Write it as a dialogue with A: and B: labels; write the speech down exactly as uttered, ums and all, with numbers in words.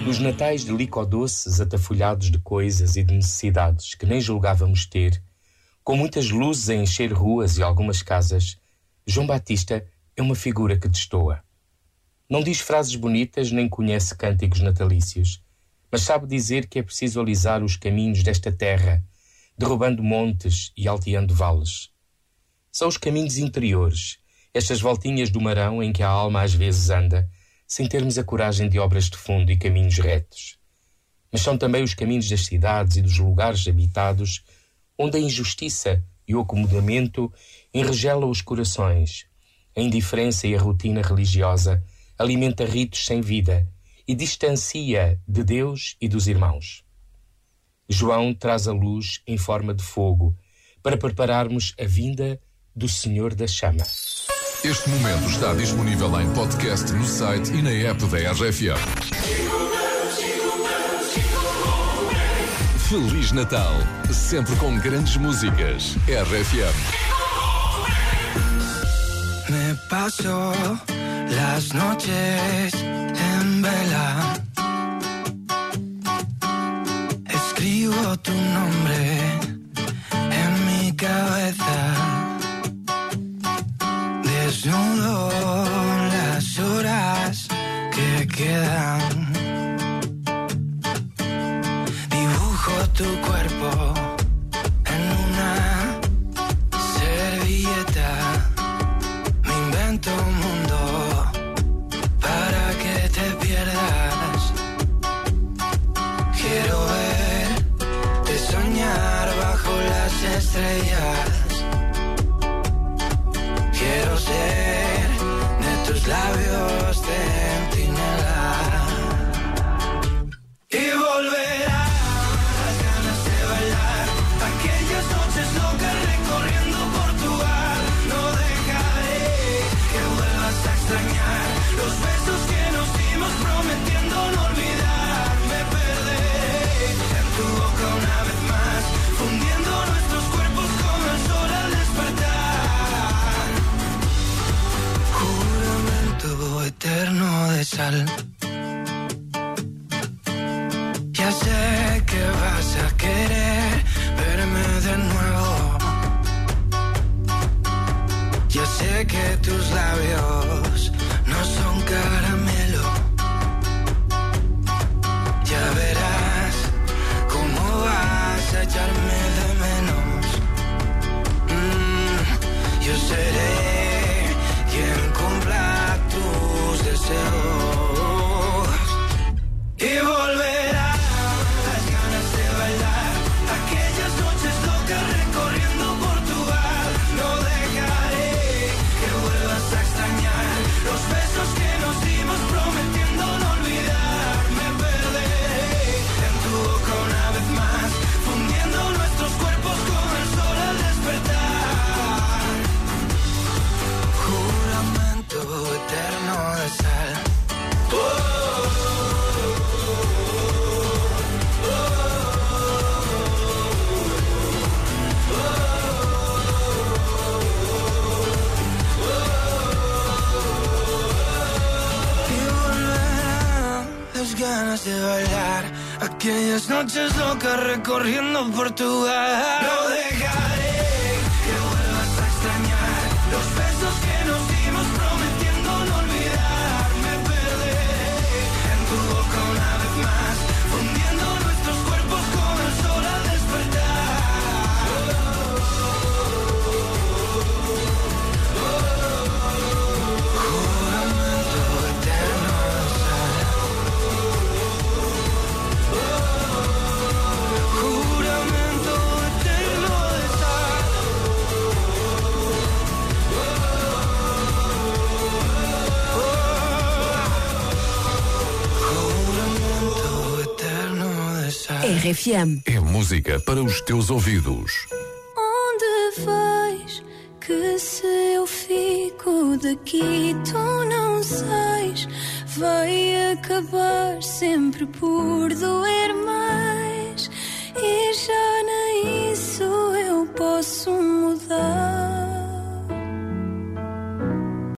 A: Nos natais de licodoces atafolhados de coisas e de necessidades que nem julgávamos ter, com muitas luzes a encher ruas e algumas casas, João Batista é uma figura que destoa. Não diz frases bonitas nem conhece cânticos natalícios, mas sabe dizer que é preciso alisar os caminhos desta terra, derrubando montes e alteando vales. São os caminhos interiores, estas voltinhas do marão em que a alma às vezes anda, sem termos a coragem de obras de fundo e caminhos retos. Mas são também os caminhos das cidades e dos lugares habitados, onde a injustiça e o acomodamento enregelam os corações. A indiferença e a rotina religiosa alimenta ritos sem vida e distancia de Deus e dos irmãos. João traz a luz em forma de fogo para prepararmos a vinda do Senhor da Chama.
B: Este momento está disponível em podcast no site e na app da R F M. Feliz Natal, sempre com grandes músicas. R F M.
C: Me paso las noches en vela, escribo tu nombre en mi cabeza, desnudo las horas que quedan, dibujo tu cuerpo en una servilleta, me invento un mundo para que te pierdas. Quiero verte soñar bajo las estrellas, quiero ser de tus labios centinela y volverá las ganas de bailar, aquellas noches locas recorriendo Portugal. No dejaré que vuelvas a extrañar los besos que nos dimos prometiendo no olvidar. Me perderé en tu boca una vez más, fundiendo nuestros cuerpos como el sol al despertar. Juramento eterno de sal. Ya sé que vas a querer verme de nuevo, ya sé que tus labios no son caramelo, ya verás cómo vas a echarme de menos. Mm, yo seré quien cumpla tus deseos y volverá las ganas de bailar, aquellas noches locas recorriendo Portugal. No dejaré que vuelvas a extrañar los besos que nos dimos prometiendo no olvidar. Me perderé en tu boca una vez más, fundiendo nuestros cuerpos como el sol al despertar. Juramento eterno de sal. Oh. Ganas de bailar, aquellas noches locas recorriendo Portugal. No dejaré que vuelvas a extrañar los besos que nos dimos prometiendo no olvidar. Me perderé en tu boca una vez más, fundiendo nuestros cuerpos como el sol al despertar. Juramento eterno de sal. Juramento eterno de sal. Juramento eterno de sal.
D: R F M.
B: É música para os teus ouvidos.
E: Onde vais que se eu fico daqui tu não sais? Vai acabar sempre por doer mais e já nem isso eu posso mudar.